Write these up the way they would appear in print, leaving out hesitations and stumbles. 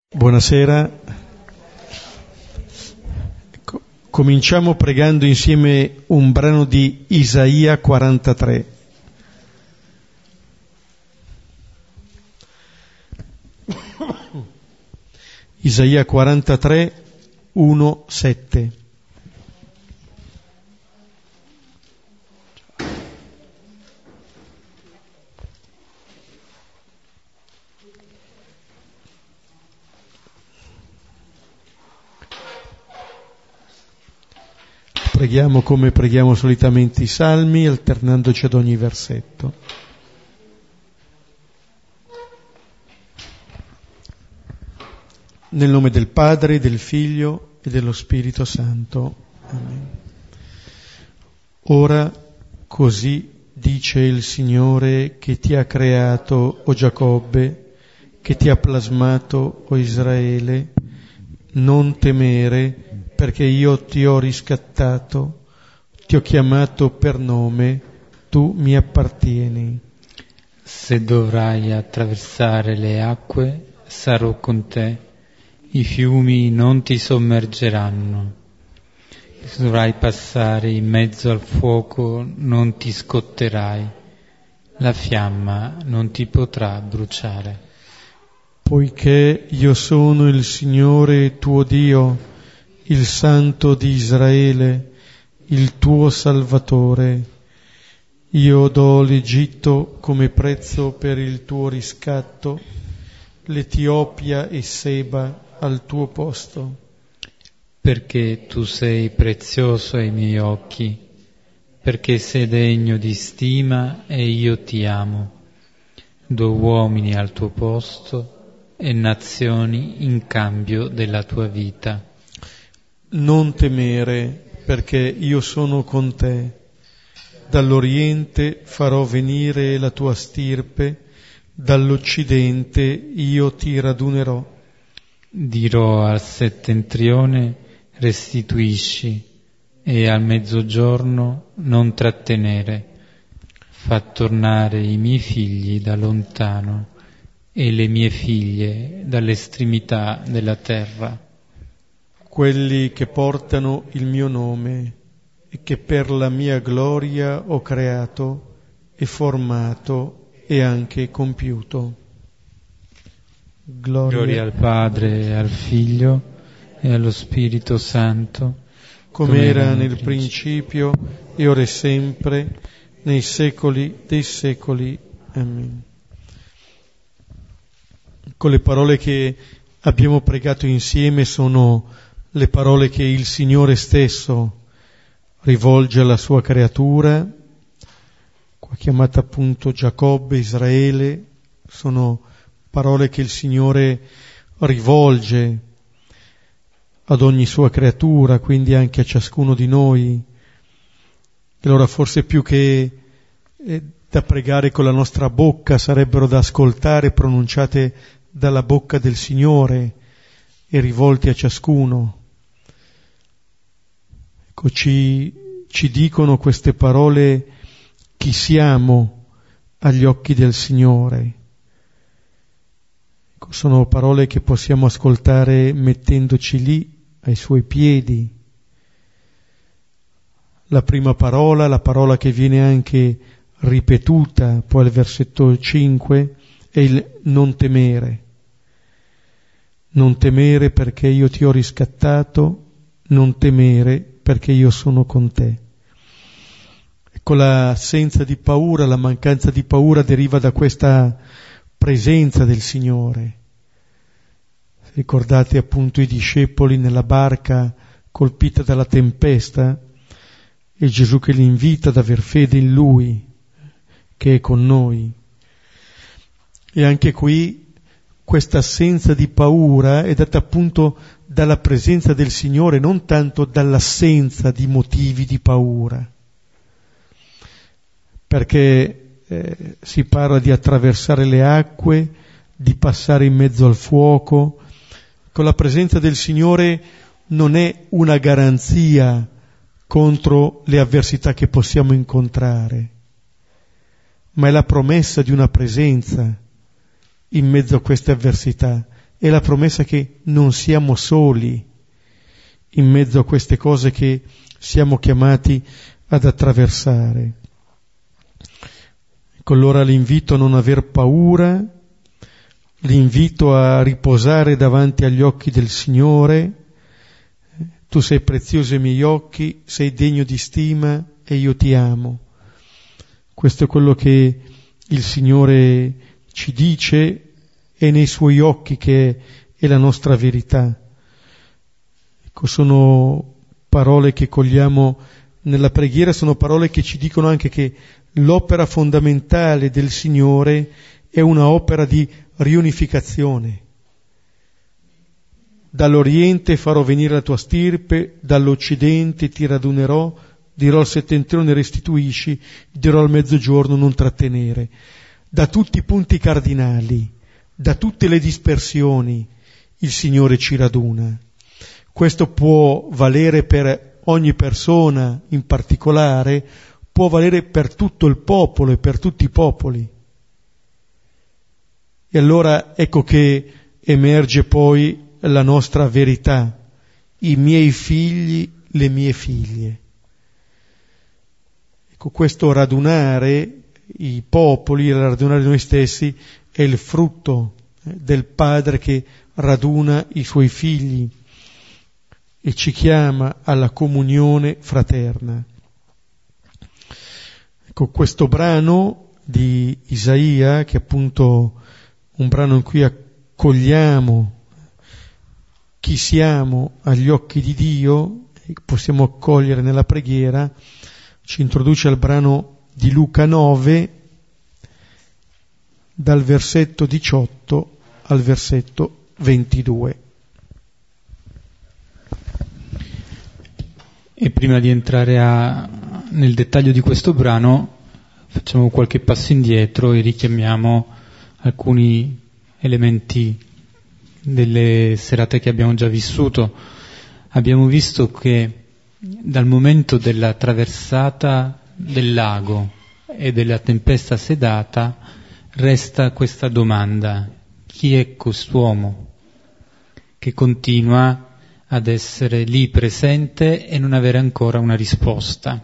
Buonasera. Cominciamo pregando insieme un brano di Isaia 43. Isaia 43, 1, 7. Preghiamo come preghiamo solitamente i salmi, alternandoci ad ogni versetto. Nel nome del Padre, del Figlio e dello Spirito Santo. Amen. Ora così dice il Signore che ti ha creato, o Giacobbe, che ti ha plasmato, o Israele, non temere, perché io ti ho riscattato, ti ho chiamato per nome, tu mi appartieni. Se dovrai attraversare le acque, sarò con te, i fiumi non ti sommergeranno. Se dovrai passare in mezzo al fuoco, non ti scotterai, la fiamma non ti potrà bruciare. Poiché io sono il Signore tuo Dio, il Santo di Israele, il tuo Salvatore. Io do l'Egitto come prezzo per il tuo riscatto, l'Etiopia e Seba al tuo posto. Perché tu sei prezioso ai miei occhi, perché sei degno di stima e io ti amo. Do uomini al tuo posto e nazioni in cambio della tua vita. Non temere, perché io sono con te. Dall'Oriente farò venire la tua stirpe, dall'Occidente io ti radunerò. Dirò al settentrione, restituisci, e al mezzogiorno non trattenere. Fa tornare i miei figli da lontano e le mie figlie dall'estremità della terra. Quelli che portano il mio nome e che per la mia gloria ho creato e formato e anche compiuto. Gloria al Padre, e al Figlio e allo Spirito Santo, come era nel principio e ora e sempre, nei secoli dei secoli. Amen. Con le parole che abbiamo pregato insieme sono le parole che il Signore stesso rivolge alla sua creatura, qua chiamata appunto Giacobbe, Israele. Sono parole che il Signore rivolge ad ogni sua creatura, quindi anche a ciascuno di noi. E allora forse più che da pregare con la nostra bocca sarebbero da ascoltare, pronunciate dalla bocca del Signore e rivolti a ciascuno. Ecco, ci dicono queste parole chi siamo agli occhi del Signore. Ecco, sono parole che possiamo ascoltare mettendoci lì ai Suoi piedi. La prima parola, la parola che viene anche ripetuta poi al versetto 5, è il non temere. Non temere perché io ti ho riscattato, non temere perché io sono con te. Ecco, l'assenza di paura, la mancanza di paura deriva da questa presenza del Signore. Ricordate appunto i discepoli nella barca colpita dalla tempesta e Gesù che li invita ad aver fede in Lui, che è con noi. E anche qui questa assenza di paura è data appunto dalla presenza del Signore, non tanto dall'assenza di motivi di paura. Perché si parla di attraversare le acque, di passare in mezzo al fuoco. Con la presenza del Signore non è una garanzia contro le avversità che possiamo incontrare, ma è la promessa di una presenza in mezzo a queste avversità, è la promessa che non siamo soli in mezzo a queste cose che siamo chiamati ad attraversare. Ecco allora l'invito a non aver paura, l'invito a riposare davanti agli occhi del Signore. Tu sei prezioso ai miei occhi, sei degno di stima e io ti amo. Questo è quello che il Signore ci dice, è nei Suoi occhi che è la nostra verità. Ecco, sono parole che cogliamo nella preghiera, sono parole che ci dicono anche che l'opera fondamentale del Signore è una opera di riunificazione. Dall'Oriente farò venire la tua stirpe, dall'Occidente ti radunerò, dirò al settentrione restituisci, dirò al mezzogiorno non trattenere. Da tutti i punti cardinali, da tutte le dispersioni, il Signore ci raduna. Questo può valere per ogni persona in particolare, può valere per tutto il popolo e per tutti i popoli. E allora ecco che emerge poi la nostra verità, i miei figli, le mie figlie. Ecco, questo radunare i popoli, radunare noi stessi, è il frutto del Padre che raduna i Suoi figli e ci chiama alla comunione fraterna. Ecco, questo brano di Isaia, che è appunto un brano in cui accogliamo chi siamo agli occhi di Dio, possiamo accogliere nella preghiera, ci introduce al brano di Luca 9, dal versetto 18 al versetto 22. E prima di entrare nel dettaglio di questo brano, facciamo qualche passo indietro e richiamiamo alcuni elementi delle serate che abbiamo già vissuto. Abbiamo visto che dal momento della traversata del lago e della tempesta sedata resta questa domanda: chi è quest'uomo che continua ad essere lì presente e non avere ancora una risposta?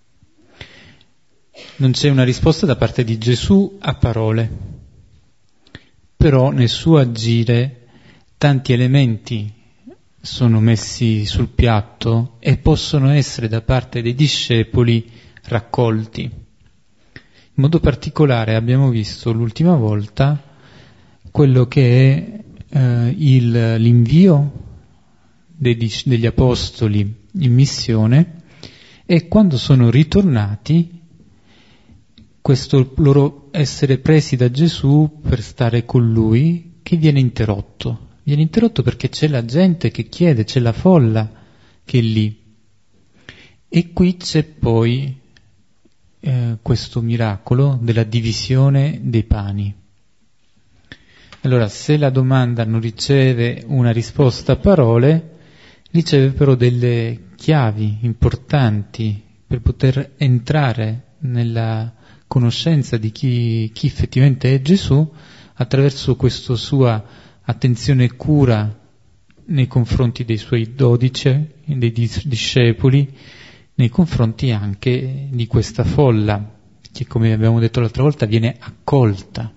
Non c'è una risposta da parte di Gesù a parole, però nel suo agire tanti elementi sono messi sul piatto e possono essere da parte dei discepoli raccolti. In modo particolare abbiamo visto l'ultima volta quello che è l'invio degli apostoli in missione, e quando sono ritornati questo loro essere presi da Gesù per stare con Lui che viene interrotto perché c'è la gente che chiede, c'è la folla che è lì. E qui c'è poi questo miracolo della divisione dei pani. Allora, se la domanda non riceve una risposta a parole, riceve però delle chiavi importanti per poter entrare nella conoscenza di chi effettivamente è Gesù attraverso questa sua attenzione e cura nei confronti dei suoi 12, dei discepoli, nei confronti anche di questa folla che, come abbiamo detto l'altra volta, viene accolta.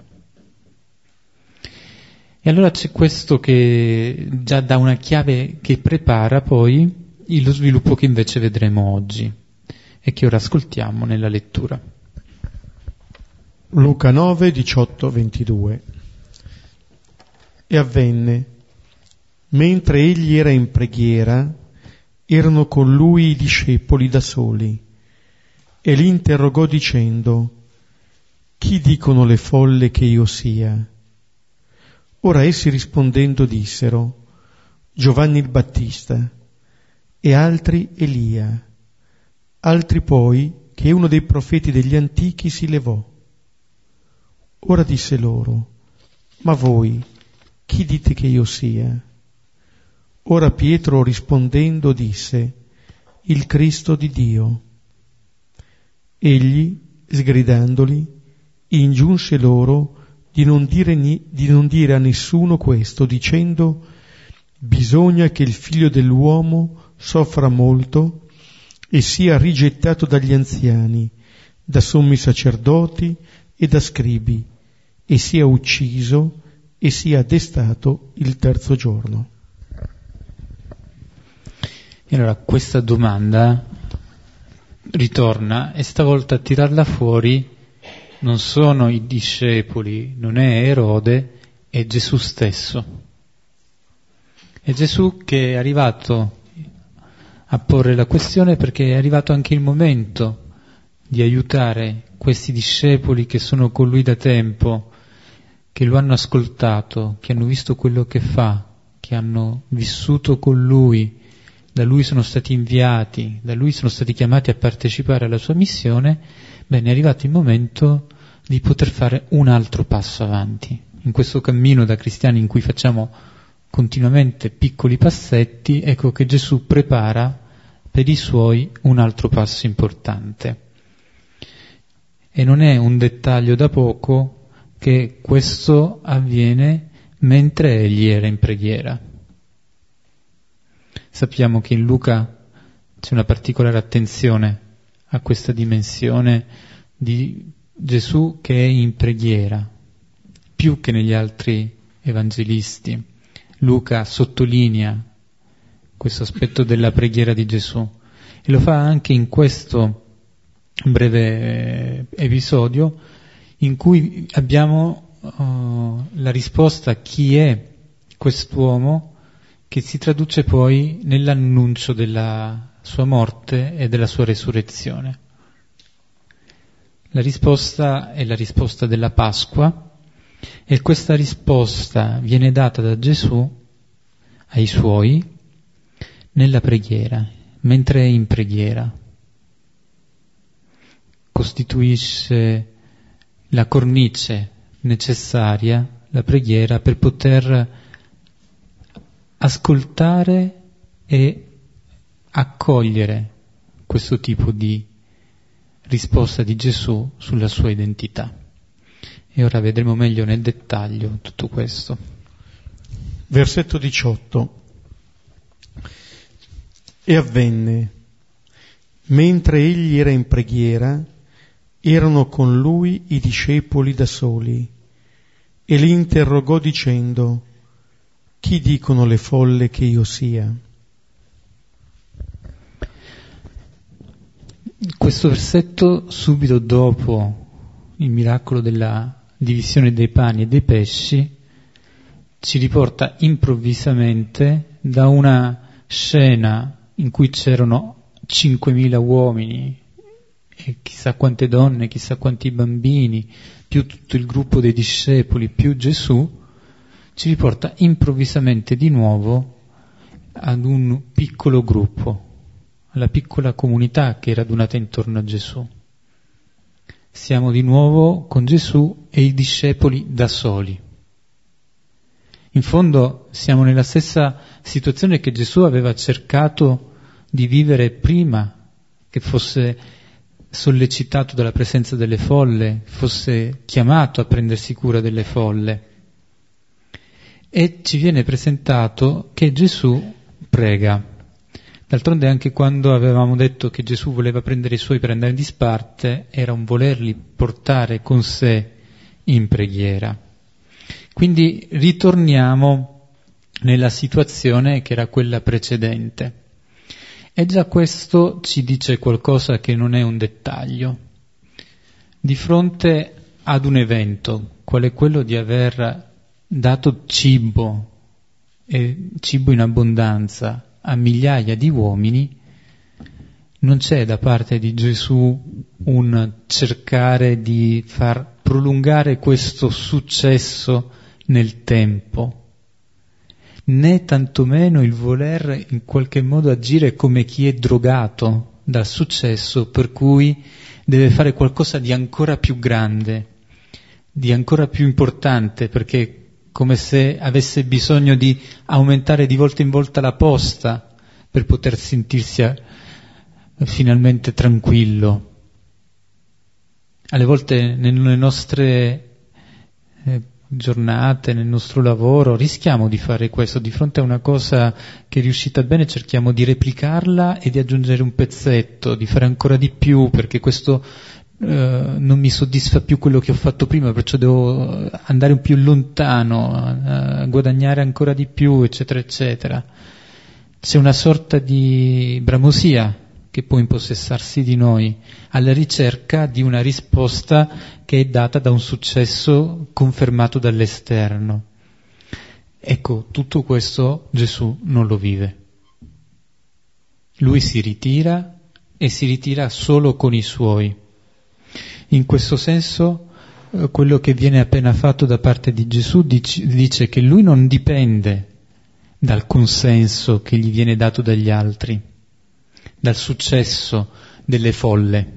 E allora c'è questo che già dà una chiave che prepara poi lo sviluppo che invece vedremo oggi e che ora ascoltiamo nella lettura. Luca 9, 18, 22. E avvenne, mentre egli era in preghiera, erano con lui i discepoli da soli, e li interrogò dicendo: chi dicono le folle che io sia? Ora essi rispondendo dissero: Giovanni il Battista, e altri Elia, altri poi che uno dei profeti degli antichi si levò. Ora disse loro: ma voi chi dite che io sia? Ora Pietro rispondendo disse: il Cristo di Dio. Egli, sgridandoli, ingiunse loro di di non dire a nessuno questo, dicendo: bisogna che il Figlio dell'uomo soffra molto e sia rigettato dagli anziani, da sommi sacerdoti e da scribi, e sia ucciso e sia destato il terzo giorno. E allora questa domanda ritorna, e stavolta a tirarla fuori non sono i discepoli, non è Erode, è Gesù stesso. È Gesù che è arrivato a porre la questione, perché è arrivato anche il momento di aiutare questi discepoli che sono con lui da tempo, che lo hanno ascoltato, che hanno visto quello che fa, che hanno vissuto con lui, da lui sono stati inviati, da lui sono stati chiamati a partecipare alla sua missione. Bene, è arrivato il momento di poter fare un altro passo avanti. In questo cammino da cristiani in cui facciamo continuamente piccoli passetti, ecco che Gesù prepara per i suoi un altro passo importante. E non è un dettaglio da poco che questo avviene mentre egli era in preghiera. Sappiamo che in Luca c'è una particolare attenzione a questa dimensione di Gesù che è in preghiera, più che negli altri evangelisti. Luca sottolinea questo aspetto della preghiera di Gesù e lo fa anche in questo breve episodio in cui abbiamo la risposta a chi è quest'uomo, che si traduce poi nell'annuncio della sua morte e della sua resurrezione. La risposta è la risposta della Pasqua, e questa risposta viene data da Gesù ai suoi nella preghiera, mentre è in preghiera. Costituisce la cornice necessaria, la preghiera, per poter ascoltare e accogliere questo tipo di risposta di Gesù sulla sua identità. E ora vedremo meglio nel dettaglio tutto questo. Versetto 18. E avvenne, mentre egli era in preghiera, erano con lui i discepoli da soli, e li interrogò dicendo: chi dicono le folle che io sia? Questo versetto, subito dopo il miracolo della divisione dei pani e dei pesci, ci riporta improvvisamente da una scena in cui c'erano 5.000 uomini e chissà quante donne, chissà quanti bambini, più tutto il gruppo dei discepoli, più Gesù, ci riporta improvvisamente di nuovo ad un piccolo gruppo, alla piccola comunità che è radunata intorno a Gesù. Siamo di nuovo con Gesù e i discepoli da soli. In fondo siamo nella stessa situazione che Gesù aveva cercato di vivere prima che fosse sollecitato dalla presenza delle folle, fosse chiamato a prendersi cura delle folle. E ci viene presentato che Gesù prega. D'altronde anche quando avevamo detto che Gesù voleva prendere i suoi per andare in disparte, era un volerli portare con sé in preghiera. Quindi ritorniamo nella situazione che era quella precedente. E già questo ci dice qualcosa che non è un dettaglio. Di fronte ad un evento, qual è quello di aver dato cibo, e cibo in abbondanza, a migliaia di uomini, non c'è da parte di Gesù un cercare di far prolungare questo successo nel tempo, né tantomeno il voler in qualche modo agire come chi è drogato dal successo, per cui deve fare qualcosa di ancora più grande, di ancora più importante, perché come se avesse bisogno di aumentare di volta in volta la posta per poter sentirsi finalmente tranquillo. Alle volte nelle nostre giornate, nel nostro lavoro, rischiamo di fare questo. Di fronte a una cosa che è riuscita bene cerchiamo di replicarla e di aggiungere un pezzetto, di fare ancora di più, perché questo non mi soddisfa più quello che ho fatto prima, perciò devo andare più lontano, a guadagnare ancora di più, eccetera, eccetera. C'è una sorta di bramosia che può impossessarsi di noi, alla ricerca di una risposta che è data da un successo confermato dall'esterno. Ecco, tutto questo Gesù non lo vive. Lui si ritira e si ritira solo con i suoi. In questo senso, quello che viene appena fatto da parte di Gesù dice che lui non dipende dal consenso che gli viene dato dagli altri, dal successo delle folle,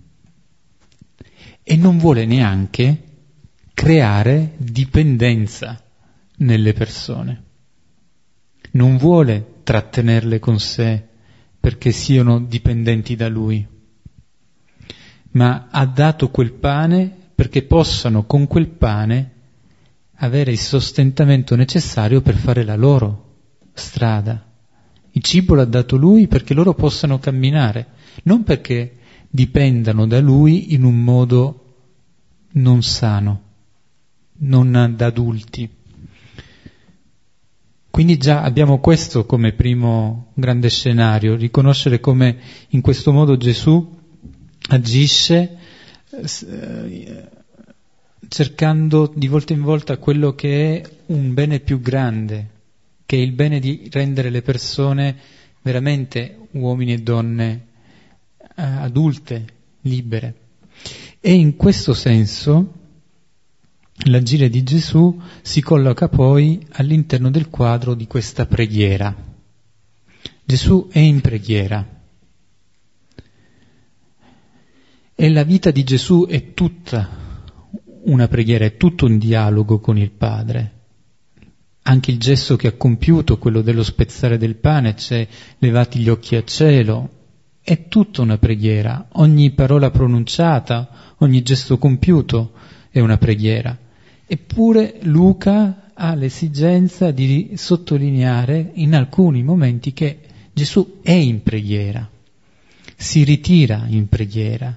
e non vuole neanche creare dipendenza nelle persone. Non vuole trattenerle con sé perché siano dipendenti da lui, ma ha dato quel pane perché possano con quel pane avere il sostentamento necessario per fare la loro strada. Il cibo l'ha dato lui perché loro possano camminare, non perché dipendano da lui in un modo non sano, non da adulti. Quindi già abbiamo questo come primo grande scenario, riconoscere come in questo modo Gesù agisce cercando di volta in volta quello che è un bene più grande, che è il bene di rendere le persone veramente uomini e donne adulte, libere. E in questo senso l'agire di Gesù si colloca poi all'interno del quadro di questa preghiera. Gesù è in preghiera. E la vita di Gesù è tutta una preghiera, è tutto un dialogo con il Padre. Anche il gesto che ha compiuto, quello dello spezzare del pane, c'è levati gli occhi a cielo, è tutta una preghiera. Ogni parola pronunciata, ogni gesto compiuto è una preghiera. Eppure Luca ha l'esigenza di sottolineare in alcuni momenti che Gesù è in preghiera, si ritira in preghiera.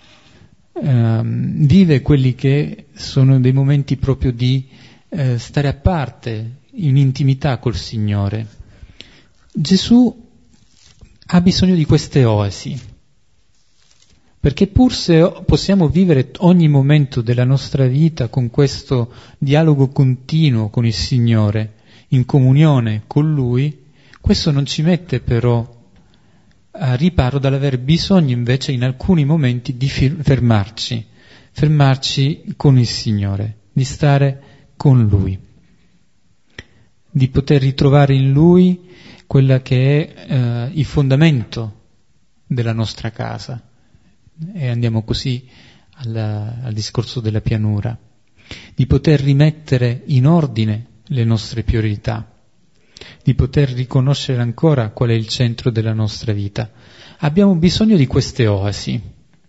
Vive quelli che sono dei momenti proprio di stare a parte, in intimità col Signore. Gesù ha bisogno di queste oasi, perché pur se possiamo vivere ogni momento della nostra vita con questo dialogo continuo con il Signore, in comunione con Lui, questo non ci mette però a riparo dall'aver bisogno invece in alcuni momenti di fermarci con il Signore, di stare con Lui, di poter ritrovare in Lui quella che è il fondamento della nostra casa. E andiamo così al discorso della pianura, di poter rimettere in ordine le nostre priorità, di poter riconoscere ancora qual è il centro della nostra vita. Abbiamo bisogno di queste oasi.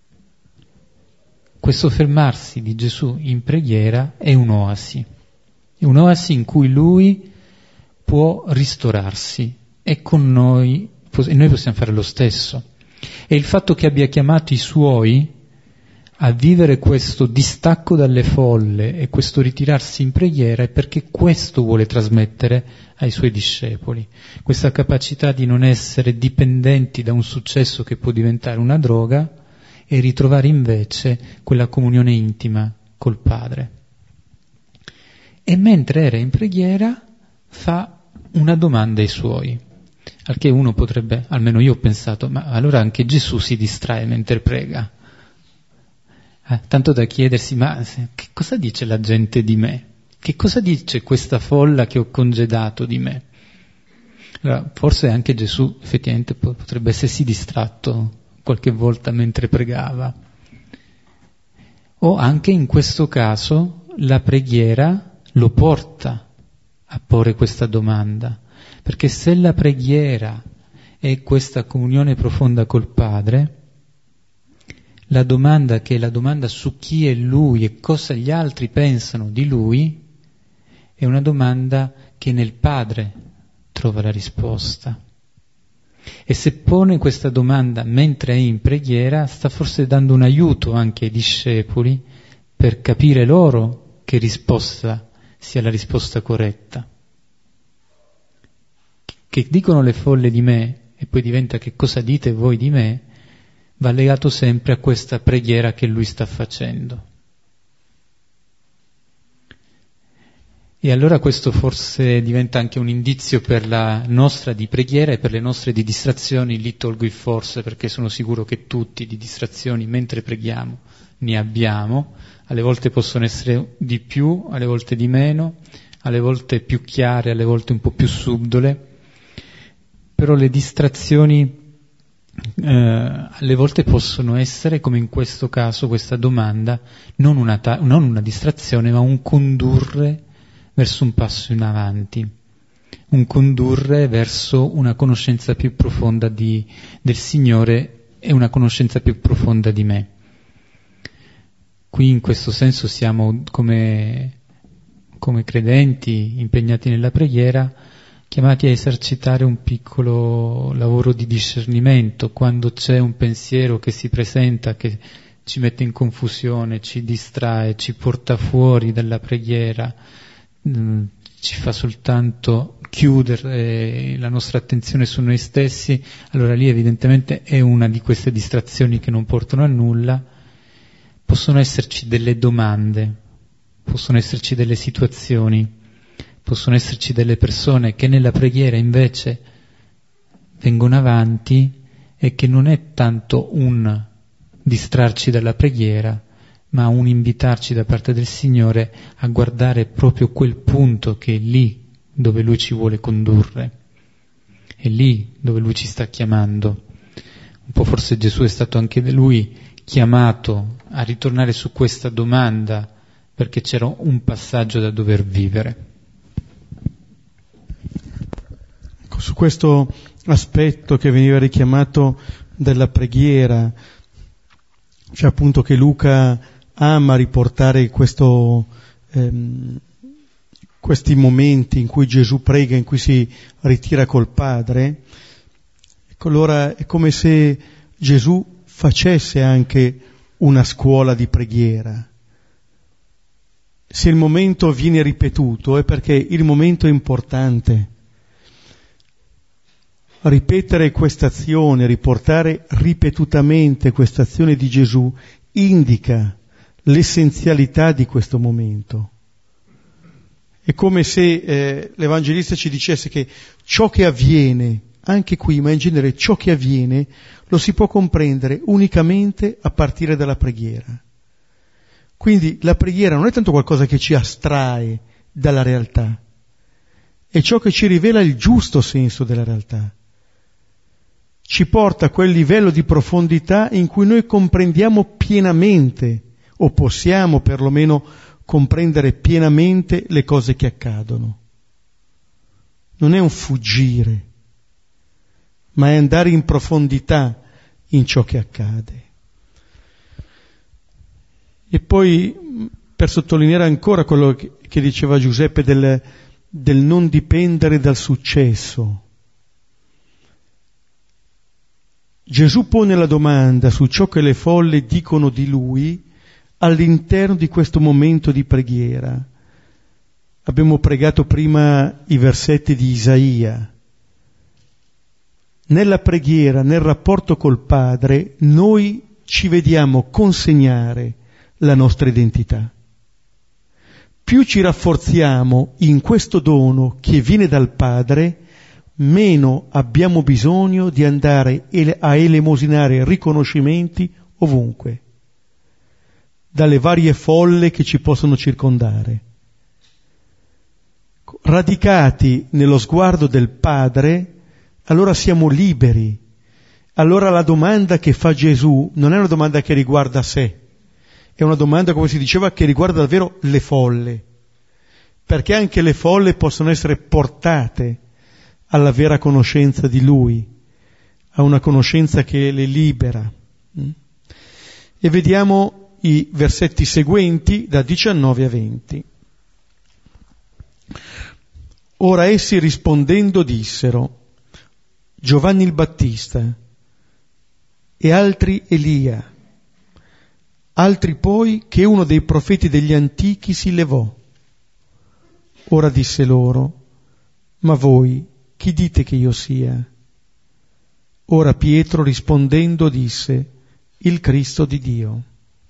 Questo fermarsi di Gesù in preghiera è un'oasi in cui Lui può ristorarsi e con noi possiamo fare lo stesso. E il fatto che abbia chiamato i Suoi a vivere questo distacco dalle folle e questo ritirarsi in preghiera è perché questo vuole trasmettere ai Suoi discepoli, questa capacità di non essere dipendenti da un successo che può diventare una droga e ritrovare invece quella comunione intima col Padre. E mentre era in preghiera fa una domanda ai Suoi, al che uno potrebbe, almeno io ho pensato, ma allora anche Gesù si distrae mentre prega. Tanto da chiedersi, ma che cosa dice la gente di me? Che cosa dice questa folla che ho congedato di me? Allora, forse anche Gesù effettivamente potrebbe essersi distratto qualche volta mentre pregava. O anche in questo caso la preghiera lo porta a porre questa domanda, perché se la preghiera è questa comunione profonda col Padre, la domanda che è la domanda su chi è Lui e cosa gli altri pensano di Lui, è una domanda che nel Padre trova la risposta. E se pone questa domanda mentre è in preghiera, sta forse dando un aiuto anche ai discepoli per capire loro che risposta sia la risposta corretta. Che dicono le folle di me e poi diventa che cosa dite voi di me, va legato sempre a questa preghiera che lui sta facendo. E allora questo forse diventa anche un indizio per la nostra di preghiera e per le nostre di distrazioni. Lì tolgo il forse, perché sono sicuro che tutti di distrazioni mentre preghiamo ne abbiamo. Alle volte possono essere di più, alle volte di meno, alle volte più chiare, alle volte un po' più subdole. Però le distrazioni alle volte possono essere, come in questo caso, questa domanda, non una distrazione, ma un condurre verso un passo in avanti, un condurre verso una conoscenza più profonda del Signore e una conoscenza più profonda di me. Qui in questo senso siamo come credenti impegnati nella preghiera, chiamati a esercitare un piccolo lavoro di discernimento quando c'è un pensiero che si presenta, che ci mette in confusione, ci distrae, ci porta fuori dalla preghiera, ci fa soltanto chiudere la nostra attenzione su noi stessi. Allora lì evidentemente è una di queste distrazioni che non portano a nulla. Possono esserci delle domande, possono esserci delle situazioni, possono esserci delle persone che nella preghiera invece vengono avanti e che non è tanto un distrarci dalla preghiera, ma un invitarci da parte del Signore a guardare proprio quel punto che è lì dove Lui ci vuole condurre, è lì dove Lui ci sta chiamando. Un po' forse Gesù è stato anche da Lui chiamato a ritornare su questa domanda, perché c'era un passaggio da dover vivere. Su questo aspetto che veniva richiamato della preghiera, cioè appunto che Luca ama riportare questi momenti in cui Gesù prega, in cui si ritira col Padre. Ecco, allora è come se Gesù facesse anche una scuola di preghiera. Se il momento viene ripetuto è perché il momento è importante. Ripetere questa azione, riportare ripetutamente questa azione di Gesù indica l'essenzialità di questo momento. È come se l'Evangelista ci dicesse che ciò che avviene, anche qui, ma in genere ciò che avviene, lo si può comprendere unicamente a partire dalla preghiera. Quindi la preghiera non è tanto qualcosa che ci astrae dalla realtà, è ciò che ci rivela il giusto senso della realtà. Ci porta a quel livello di profondità in cui noi comprendiamo pienamente, o possiamo perlomeno comprendere pienamente le cose che accadono. Non è un fuggire, ma è andare in profondità in ciò che accade. E poi, per sottolineare ancora quello che diceva Giuseppe del non dipendere dal successo, Gesù pone la domanda su ciò che le folle dicono di Lui all'interno di questo momento di preghiera. Abbiamo pregato prima i versetti di Isaia. Nella preghiera, nel rapporto col Padre, noi ci vediamo consegnare la nostra identità. Più ci rafforziamo in questo dono che viene dal Padre, meno abbiamo bisogno di andare a elemosinare riconoscimenti ovunque, dalle varie folle che ci possono circondare. Radicati nello sguardo del Padre, allora siamo liberi. Allora la domanda che fa Gesù non è una domanda che riguarda sé, è una domanda, come si diceva, che riguarda davvero le folle, perché anche le folle possono essere portate alla vera conoscenza di Lui, a una conoscenza che le libera. E vediamo i versetti seguenti da 19 a 20. Ora essi rispondendo dissero: Giovanni il Battista, e altri Elia, altri poi che uno dei profeti degli antichi si levò. Ora disse loro: ma voi chi dite che io sia? Ora Pietro rispondendo disse: il Cristo di Dio.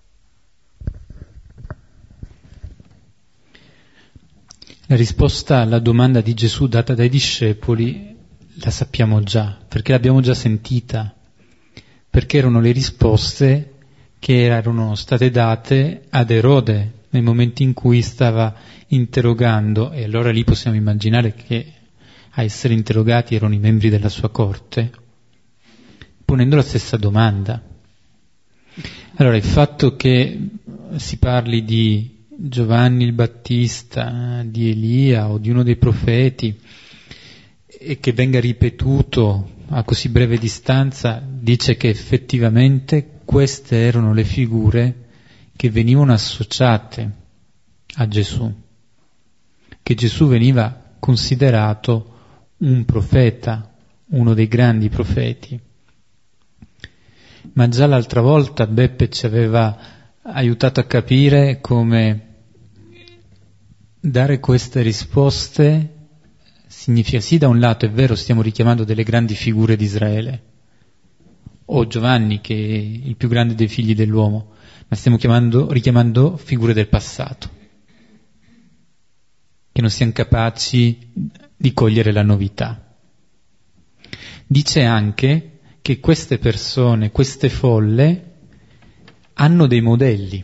La risposta alla domanda di Gesù data dai discepoli la sappiamo già, perché l'abbiamo già sentita, perché erano le risposte che erano state date ad Erode nel momento in cui stava interrogando, e allora lì possiamo immaginare che a essere interrogati erano i membri della sua corte, ponendo la stessa domanda. Allora, il fatto che si parli di Giovanni il Battista, di Elia o di uno dei profeti e che venga ripetuto a così breve distanza dice che effettivamente queste erano le figure che venivano associate a Gesù, che Gesù veniva considerato un profeta, uno dei grandi profeti. Ma già l'altra volta Beppe ci aveva aiutato a capire come dare queste risposte significa sì, da un lato è vero, stiamo richiamando delle grandi figure di Israele, o Giovanni che è il più grande dei figli dell'uomo, ma stiamo richiamando figure del passato, che non siano capaci di cogliere la novità. Dice anche che queste persone, queste folle, hanno dei modelli,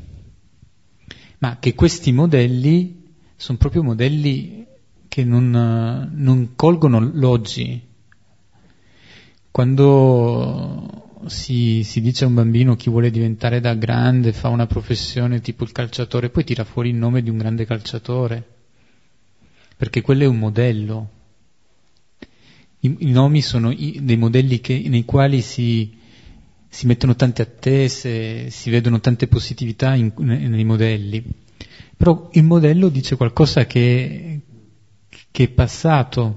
ma che questi modelli sono proprio modelli che non colgono l'oggi. Quando si dice a un bambino chi vuole diventare da grande fa una professione tipo il calciatore, poi tira fuori il nome di un grande calciatore, perché quello è un modello. I nomi sono dei modelli nei quali si mettono tante attese, si vedono tante positività nei modelli. Però il modello dice qualcosa che è passato.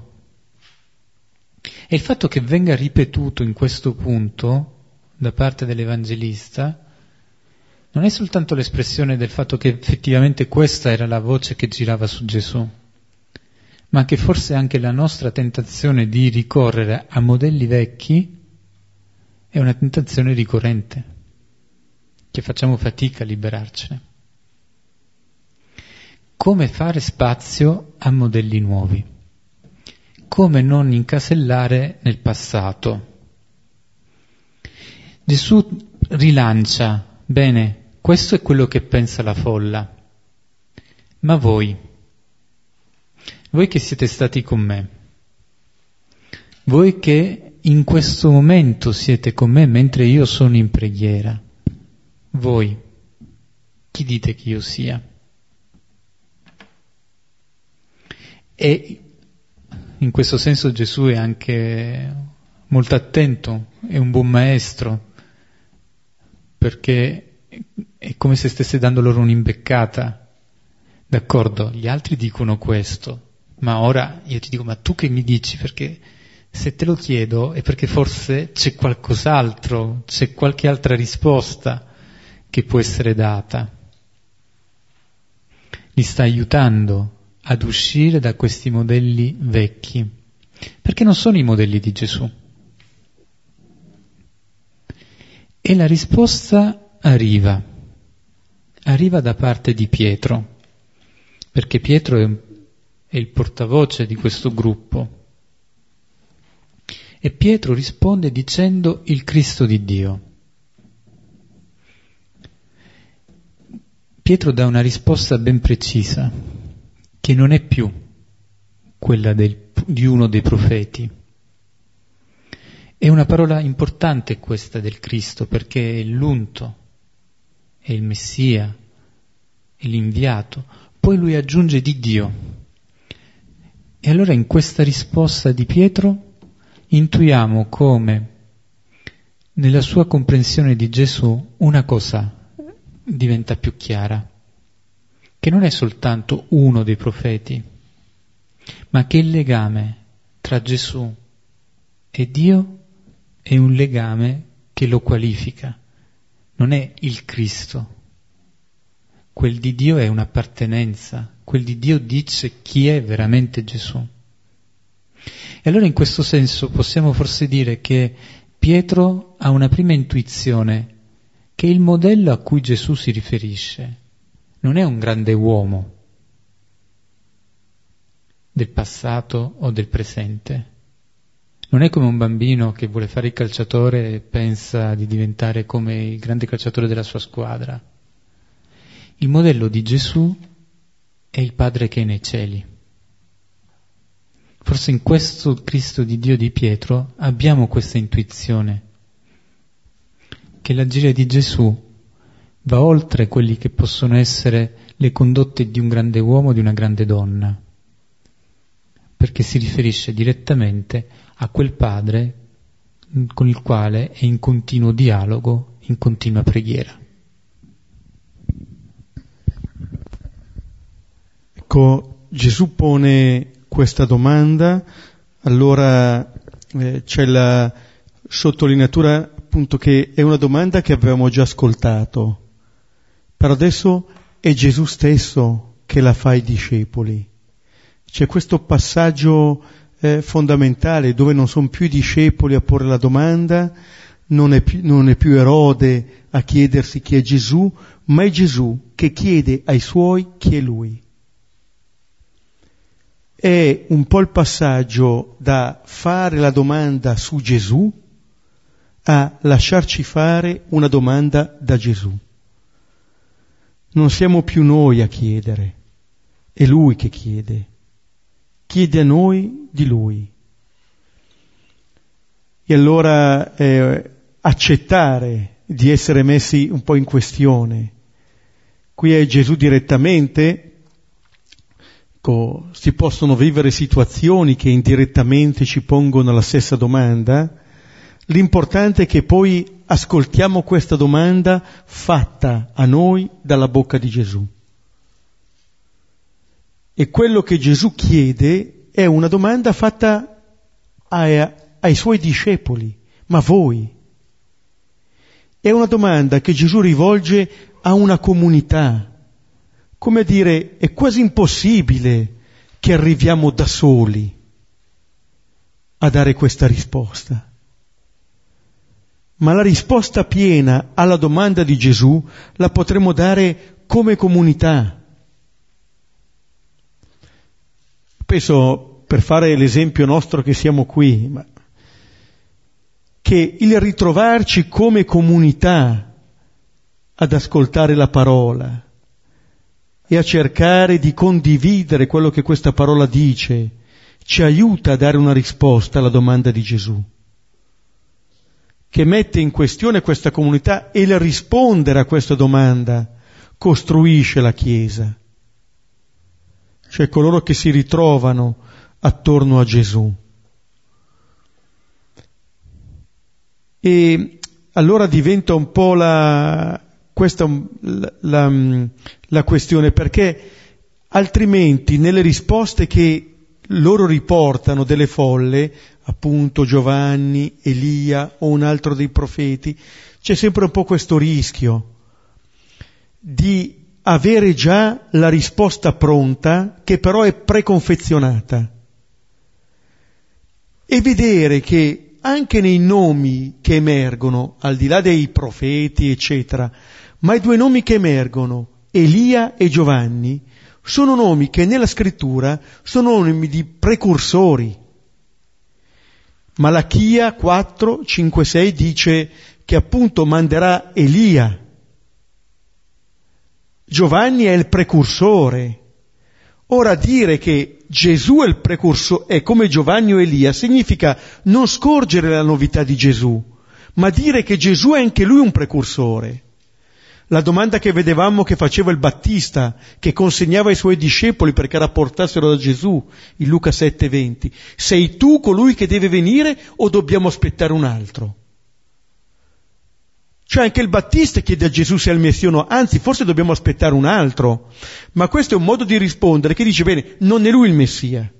E il fatto che venga ripetuto in questo punto da parte dell'Evangelista non è soltanto l'espressione del fatto che effettivamente questa era la voce che girava su Gesù, ma che forse anche la nostra tentazione di ricorrere a modelli vecchi è una tentazione ricorrente, che facciamo fatica a liberarcene. Come fare spazio a modelli nuovi? Come non incasellare nel passato? Gesù rilancia, bene, questo è quello che pensa la folla, ma voi che siete stati con me, voi che in questo momento siete con me mentre io sono in preghiera, voi, chi dite che io sia? E in questo senso Gesù è anche molto attento, è un buon maestro, perché è come se stesse dando loro un'imbeccata. D'accordo, gli altri dicono questo, ma ora io ti dico, ma tu che mi dici? Perché se te lo chiedo è perché forse c'è qualcos'altro, c'è qualche altra risposta che può essere data. Li sta aiutando ad uscire da questi modelli vecchi, perché non sono i modelli di Gesù. E la risposta arriva da parte di Pietro, perché Pietro è il portavoce di questo gruppo. E Pietro risponde dicendo il Cristo di Dio. Pietro dà una risposta ben precisa, che non è più quella di uno dei profeti. È una parola importante questa del Cristo, perché è l'unto, è il Messia, è l'inviato. Poi lui aggiunge di Dio. E allora in questa risposta di Pietro intuiamo come nella sua comprensione di Gesù una cosa diventa più chiara, che non è soltanto uno dei profeti, ma che il legame tra Gesù e Dio è un legame che lo qualifica, non è il Cristo. Quel di Dio è un'appartenenza, quel di Dio dice chi è veramente Gesù. E allora in questo senso possiamo forse dire che Pietro ha una prima intuizione che il modello a cui Gesù si riferisce non è un grande uomo del passato o del presente. Non è come un bambino che vuole fare il calciatore e pensa di diventare come il grande calciatore della sua squadra. Il modello di Gesù è il Padre che è nei cieli. Forse in questo Cristo di Dio di Pietro abbiamo questa intuizione, che l'agire di Gesù va oltre quelli che possono essere le condotte di un grande uomo o di una grande donna, perché si riferisce direttamente a quel Padre con il quale è in continuo dialogo, in continua preghiera. Ecco, Gesù pone questa domanda, allora c'è la sottolineatura appunto che è una domanda che avevamo già ascoltato, però adesso è Gesù stesso che la fa ai discepoli. C'è questo passaggio fondamentale dove non sono più i discepoli a porre la domanda, non è più Erode a chiedersi chi è Gesù, ma è Gesù che chiede ai suoi chi è Lui. È un po' il passaggio da fare la domanda su Gesù a lasciarci fare una domanda da Gesù. Non siamo più noi a chiedere, è Lui che chiede. Chiede a noi di Lui. E allora accettare di essere messi un po' in questione. Qui è Gesù direttamente. Si possono vivere situazioni che indirettamente ci pongono la stessa domanda. L'importante è che poi ascoltiamo questa domanda fatta a noi dalla bocca di Gesù. E quello che Gesù chiede è una domanda fatta ai suoi discepoli, ma voi? È una domanda che Gesù rivolge a una comunità. Come dire, è quasi impossibile che arriviamo da soli a dare questa risposta. Ma la risposta piena alla domanda di Gesù la potremo dare come comunità. Penso, per fare l'esempio nostro che siamo qui, che il ritrovarci come comunità ad ascoltare la parola e a cercare di condividere quello che questa parola dice, ci aiuta a dare una risposta alla domanda di Gesù, che mette in questione questa comunità, e il rispondere a questa domanda costruisce la Chiesa, cioè coloro che si ritrovano attorno a Gesù. E allora diventa un po' questa la questione, perché altrimenti nelle risposte che loro riportano delle folle, appunto Giovanni, Elia o un altro dei profeti, c'è sempre un po' questo rischio di avere già la risposta pronta, che però è preconfezionata, e vedere che anche nei nomi che emergono, al di là dei profeti, eccetera, ma i due nomi che emergono, Elia e Giovanni, sono nomi che nella scrittura sono nomi di precursori. Malachia 4, 5, 6 dice che appunto manderà Elia. Giovanni è il precursore. Ora dire che Gesù è il precursore, è come Giovanni o Elia, significa non scorgere la novità di Gesù, ma dire che Gesù è anche lui un precursore. La domanda che vedevamo che faceva il Battista, che consegnava ai suoi discepoli perché rapportassero da Gesù, in Luca 7,20, sei tu colui che deve venire o dobbiamo aspettare un altro? Cioè anche il Battista chiede a Gesù se è il Messia o no, anzi forse dobbiamo aspettare un altro, ma questo è un modo di rispondere che dice bene, non è lui il Messia,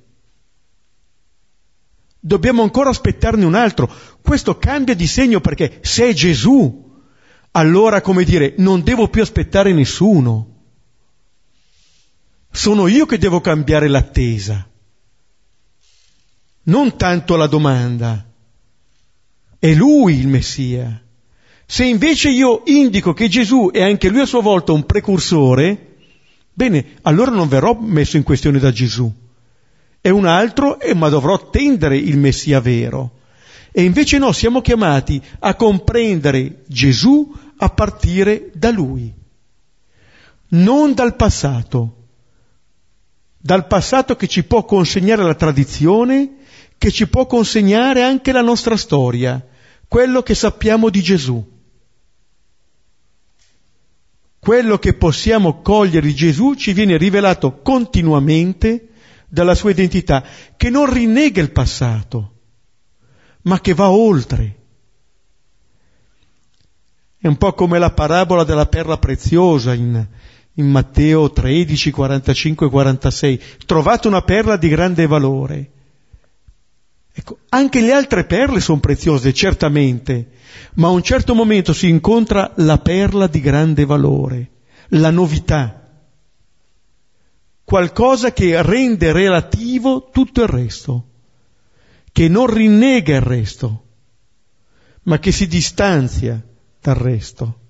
dobbiamo ancora aspettarne un altro. Questo cambia di segno, perché se è Gesù, allora, come dire, non devo più aspettare nessuno, sono io che devo cambiare l'attesa, non tanto la domanda, è lui il Messia. Se invece io indico che Gesù è anche lui a sua volta un precursore, bene, allora non verrò messo in questione da Gesù. È un altro, ma dovrò attendere il Messia vero. E invece no, siamo chiamati a comprendere Gesù a partire da lui, non dal passato che ci può consegnare la tradizione, che ci può consegnare anche la nostra storia, quello che sappiamo di Gesù. Quello che possiamo cogliere di Gesù ci viene rivelato continuamente dalla sua identità, che non rinnega il passato, ma che va oltre. È un po' come la parabola della perla preziosa in Matteo 13, 45 e 46. Trovate una perla di grande valore. Ecco, anche le altre perle sono preziose, certamente, ma a un certo momento si incontra la perla di grande valore, la novità, qualcosa che rende relativo tutto il resto, che non rinnega il resto, ma che si distanzia dal resto.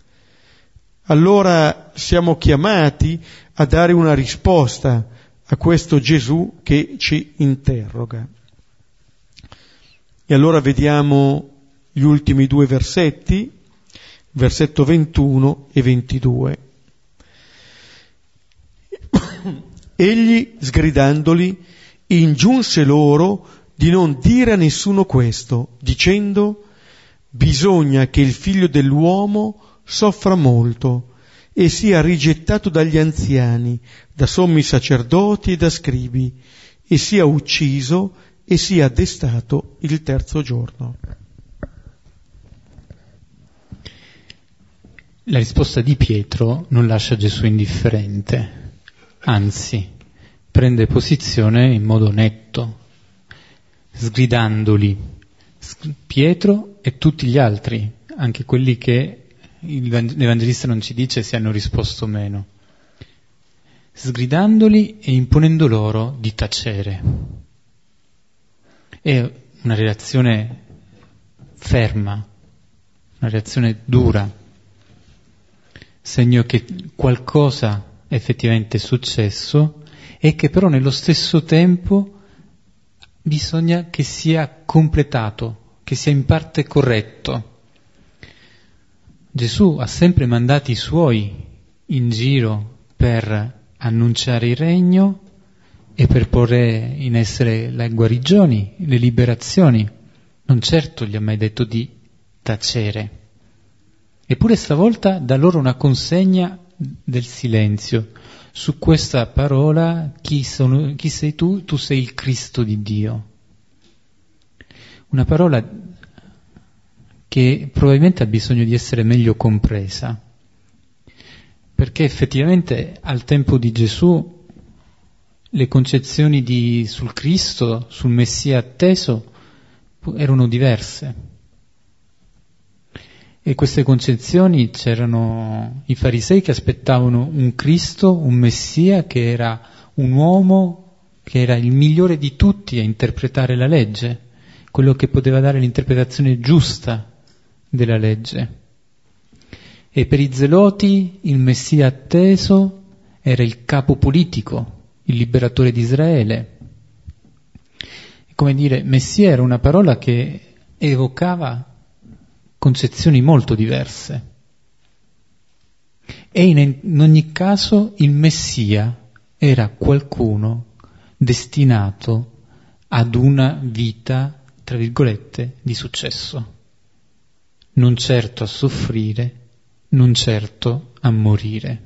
Allora siamo chiamati a dare una risposta a questo Gesù che ci interroga. E allora vediamo gli ultimi due versetti, versetto 21 e 22. Egli, sgridandoli, ingiunse loro di non dire a nessuno questo, dicendo: bisogna che il figlio dell'uomo soffra molto e sia rigettato dagli anziani, da sommi sacerdoti e da scribi, e sia ucciso e sia destato il terzo giorno. La risposta di Pietro non lascia Gesù indifferente, anzi, prende posizione in modo netto, sgridandoli. Pietro e tutti gli altri, anche quelli che l'Evangelista non ci dice se hanno risposto o meno, sgridandoli e imponendo loro di tacere. È una reazione ferma, una reazione dura, segno che qualcosa effettivamente è successo e che però nello stesso tempo bisogna che sia completato, che sia in parte corretto. Gesù ha sempre mandati i suoi in giro per annunciare il regno e per porre in essere le guarigioni, le liberazioni. Non certo gli ha mai detto di tacere. Eppure stavolta dà loro una consegna del silenzio. Su questa parola, chi sei tu? Tu sei il Cristo di Dio. Una parola che probabilmente ha bisogno di essere meglio compresa, perché effettivamente al tempo di Gesù le concezioni sul Cristo, sul Messia atteso, erano diverse. E queste concezioni c'erano i farisei che aspettavano un Cristo, un Messia che era un uomo, che era il migliore di tutti a interpretare la legge, quello che poteva dare l'interpretazione giusta della legge. E per i zeloti il Messia atteso era il capo politico, il liberatore di Israele. Come dire, Messia era una parola che evocava concezioni molto diverse. E in ogni caso il Messia era qualcuno destinato ad una vita, tra virgolette, di successo. Non certo a soffrire, non certo a morire.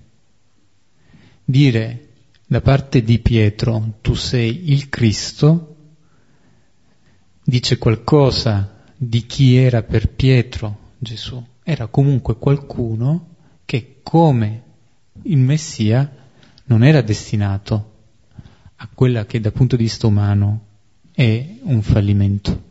Dire da parte di Pietro, tu sei il Cristo, dice qualcosa di chi era per Pietro Gesù era comunque qualcuno che, come il Messia, non era destinato a quella che dal punto di vista umano è un fallimento.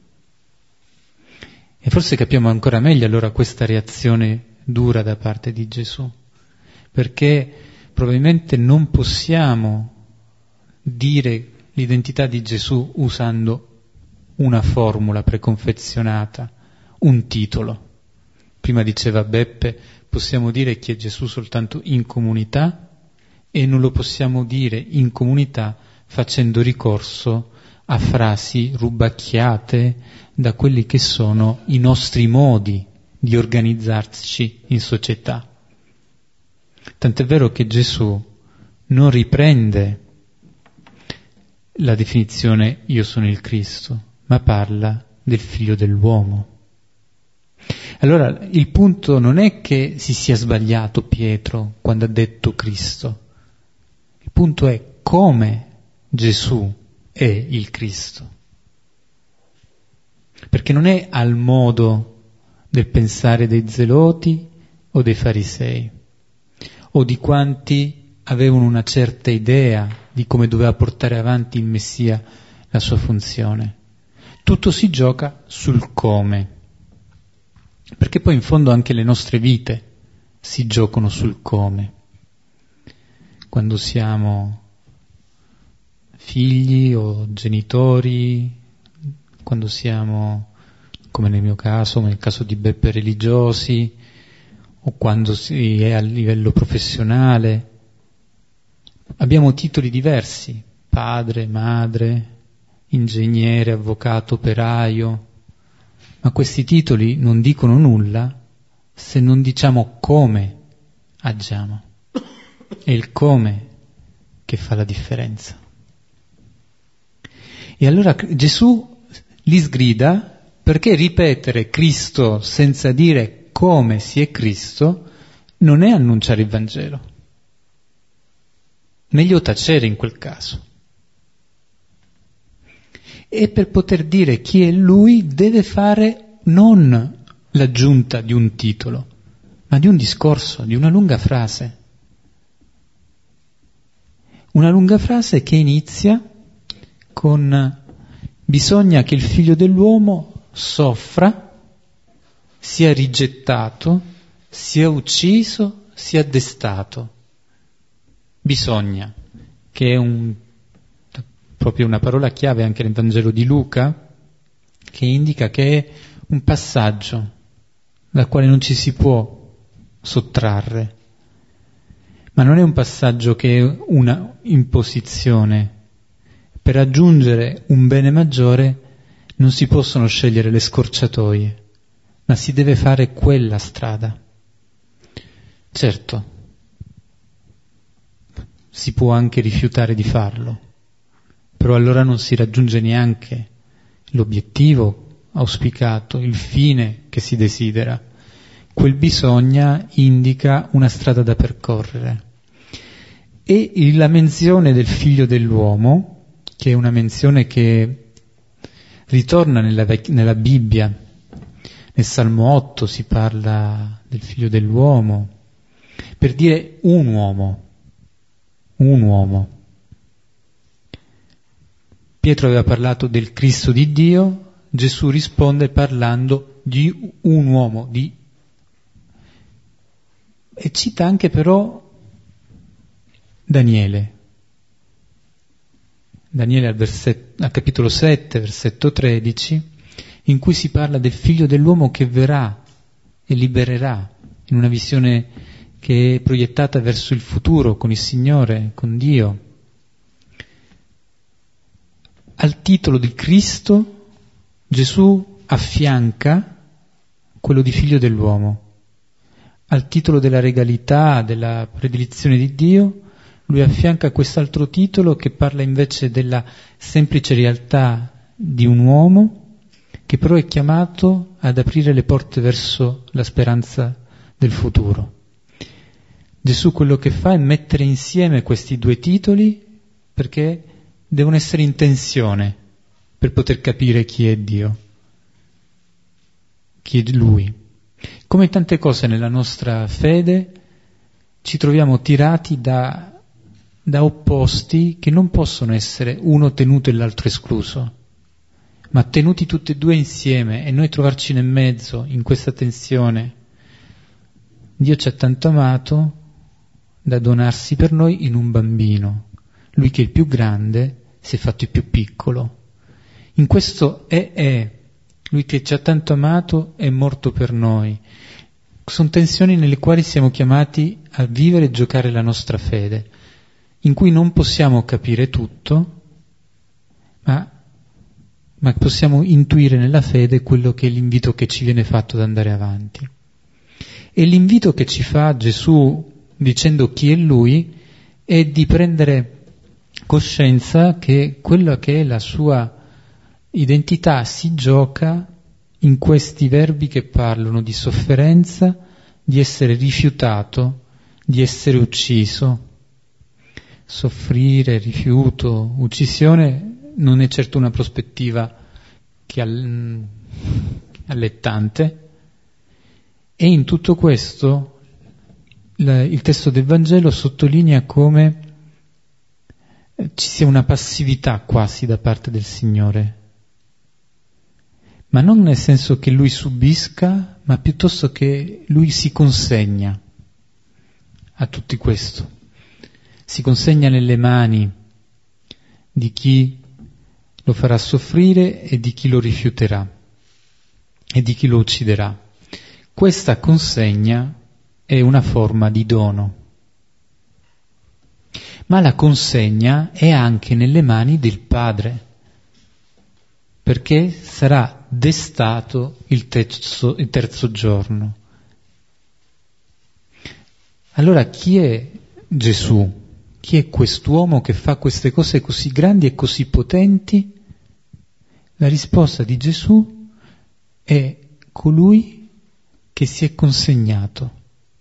E forse capiamo ancora meglio allora questa reazione dura da parte di Gesù, perché probabilmente non possiamo dire l'identità di Gesù usando una formula preconfezionata, un titolo. Prima diceva Beppe, possiamo dire chi è Gesù soltanto in comunità e non lo possiamo dire in comunità facendo ricorso a frasi rubacchiate da quelli che sono i nostri modi di organizzarci in società. Tant'è vero che Gesù non riprende la definizione io sono il Cristo, ma parla del Figlio dell'uomo. Allora il punto non è che si sia sbagliato Pietro quando ha detto Cristo, il punto è come Gesù è il Cristo. Perché non è al modo del pensare dei zeloti o dei farisei, o di quanti avevano una certa idea di come doveva portare avanti il Messia la sua funzione. Tutto si gioca sul come, perché poi in fondo anche le nostre vite si giocano sul come. Quando siamo figli o genitori, quando siamo, come nel mio caso, nel caso di Beppe, religiosi, o quando si è a livello professionale, abbiamo titoli diversi, padre, madre, ingegnere, avvocato, operaio, ma questi titoli non dicono nulla se non diciamo come agiamo. È il come che fa la differenza. E allora Gesù li sgrida perché ripetere Cristo senza dire come si è Cristo non è annunciare il Vangelo. Meglio tacere in quel caso. E per poter dire chi è Lui deve fare non l'aggiunta di un titolo, ma di un discorso, di una lunga frase. Una lunga frase che inizia con bisogna che il Figlio dell'uomo soffra, sia rigettato, sia ucciso, sia addestato. Bisogna, che è proprio una parola chiave anche nel Vangelo di Luca, che indica che è un passaggio dal quale non ci si può sottrarre, ma non è un passaggio che è una imposizione. Per raggiungere un bene maggiore non si possono scegliere le scorciatoie, ma si deve fare quella strada. Certo, si può anche rifiutare di farlo, però allora non si raggiunge neanche l'obiettivo auspicato, il fine che si desidera. Quel bisogna indica una strada da percorrere. E la menzione del Figlio dell'uomo, che è una menzione che ritorna nella Bibbia, nel Salmo 8 si parla del Figlio dell'uomo, per dire un uomo. Pietro aveva parlato del Cristo di Dio, Gesù risponde parlando di un uomo, e cita anche però Daniele al capitolo 7, versetto 13, in cui si parla del Figlio dell'uomo che verrà e libererà, in una visione che è proiettata verso il futuro, con il Signore, con Dio. Al titolo di Cristo Gesù affianca quello di Figlio dell'uomo. Al titolo della regalità, della predilizione di Dio, lui affianca quest'altro titolo che parla invece della semplice realtà di un uomo che però è chiamato ad aprire le porte verso la speranza del futuro. Gesù quello che fa è mettere insieme questi due titoli perché devono essere in tensione per poter capire chi è Dio, chi è Lui. Come tante cose nella nostra fede, ci troviamo tirati da opposti che non possono essere uno tenuto e l'altro escluso, ma tenuti tutti e due insieme, e noi trovarci nel mezzo, in questa tensione. Dio ci ha tanto amato da donarsi per noi in un bambino. Lui che è il più grande si è fatto il più piccolo. In questo è. Lui che ci ha tanto amato è morto per noi. Sono tensioni nelle quali siamo chiamati a vivere e giocare la nostra fede, in cui non possiamo capire tutto, ma possiamo intuire nella fede quello che è l'invito che ci viene fatto ad andare avanti. E l'invito che ci fa Gesù, dicendo chi è Lui, è di prendere coscienza che quella che è la sua identità si gioca in questi verbi che parlano di sofferenza, di essere rifiutato, di essere ucciso. Soffrire, rifiuto, uccisione non è certo una prospettiva che allettante, e in tutto questo il testo del Vangelo sottolinea come ci sia una passività quasi da parte del Signore, ma non nel senso che Lui subisca, ma piuttosto che Lui si consegna a tutto questo. Si consegna nelle mani di chi lo farà soffrire e di chi lo rifiuterà e di chi lo ucciderà. Questa consegna è una forma di dono, ma la consegna è anche nelle mani del Padre, perché sarà destato il terzo giorno. Allora chi è Gesù? Chi è quest'uomo che fa queste cose così grandi e così potenti? La risposta di Gesù è colui che si è consegnato.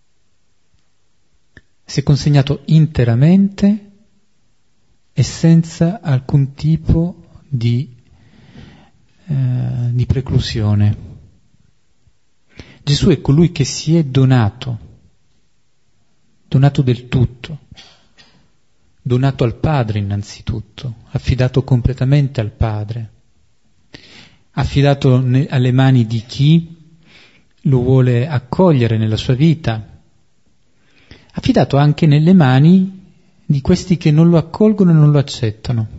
Si è consegnato interamente e senza alcun tipo di preclusione. Gesù è colui che si è donato del tutto, donato al Padre innanzitutto, affidato completamente al Padre, affidato alle mani di chi lo vuole accogliere nella sua vita, affidato anche nelle mani di questi che non lo accolgono e non lo accettano.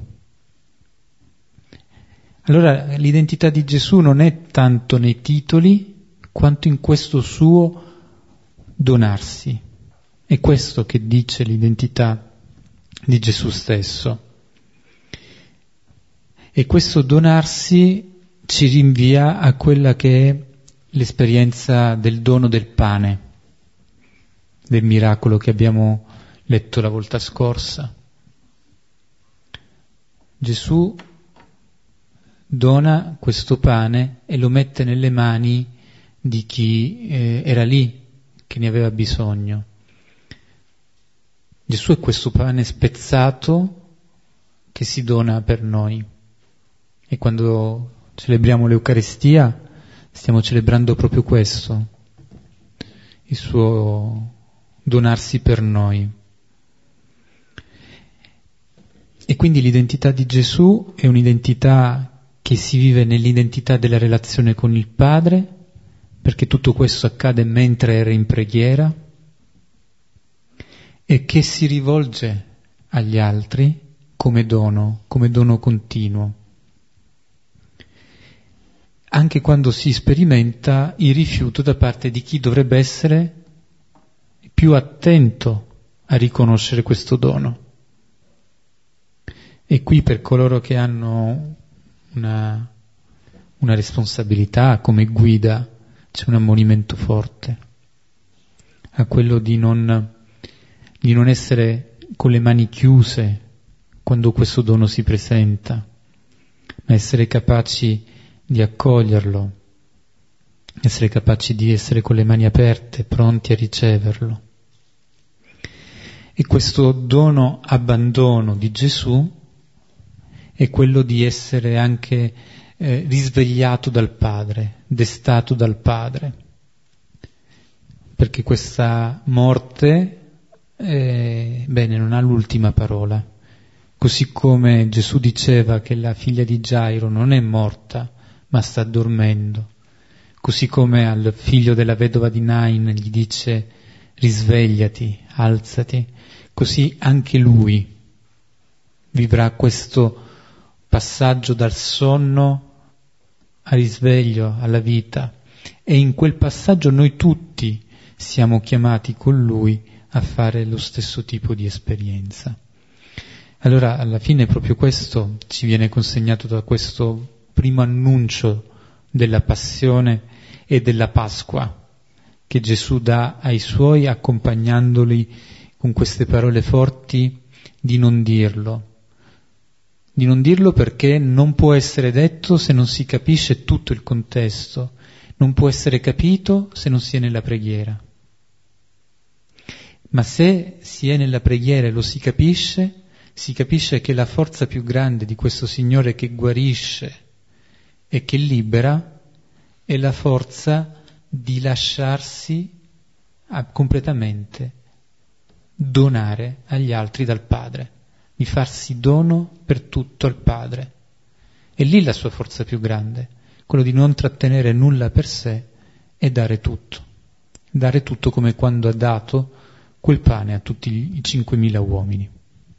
Allora l'identità di Gesù non è tanto nei titoli quanto in questo suo donarsi. È questo che dice l'identità di Gesù stesso. E questo donarsi ci rinvia a quella che è l'esperienza del dono del pane, del miracolo che abbiamo letto la volta scorsa. Gesù dona questo pane e lo mette nelle mani di chi era lì, che ne aveva bisogno. Gesù è questo pane spezzato che si dona per noi. E quando celebriamo l'Eucaristia stiamo celebrando proprio questo, il suo donarsi per noi. E quindi l'identità di Gesù è un'identità che si vive nell'identità della relazione con il Padre, perché tutto questo accade mentre era in preghiera, e che si rivolge agli altri come dono continuo, anche quando si sperimenta il rifiuto da parte di chi dovrebbe essere più attento a riconoscere questo dono. E qui per coloro che hanno una responsabilità come guida c'è un ammonimento forte a quello di non essere con le mani chiuse quando questo dono si presenta, ma essere capaci di accoglierlo, essere capaci di essere con le mani aperte, pronti a riceverlo. E questo dono abbandono di Gesù è quello di essere anche risvegliato dal Padre, destato dal Padre. perché questa morte non ha l'ultima parola. Così come Gesù diceva che la figlia di Gairo non è morta, ma sta dormendo. Così come al figlio della vedova di Nain gli dice risvegliati, alzati, così anche lui vivrà questo passaggio dal sonno al risveglio, alla vita. E in quel passaggio noi tutti siamo chiamati con lui a fare lo stesso tipo di esperienza. Allora, alla fine proprio questo ci viene consegnato da questo primo annuncio della passione e della Pasqua che Gesù dà ai suoi, accompagnandoli con queste parole forti di non dirlo. Di non dirlo perché non può essere detto se non si capisce tutto il contesto, non può essere capito se non si è nella preghiera. Ma se si è nella preghiera e lo si capisce che la forza più grande di questo Signore che guarisce e che libera è la forza di lasciarsi completamente donare agli altri dal Padre, di farsi dono per tutto al Padre. È lì la sua forza più grande, quello di non trattenere nulla per sé e dare tutto come quando ha dato quel pane a tutti i 5.000 uomini.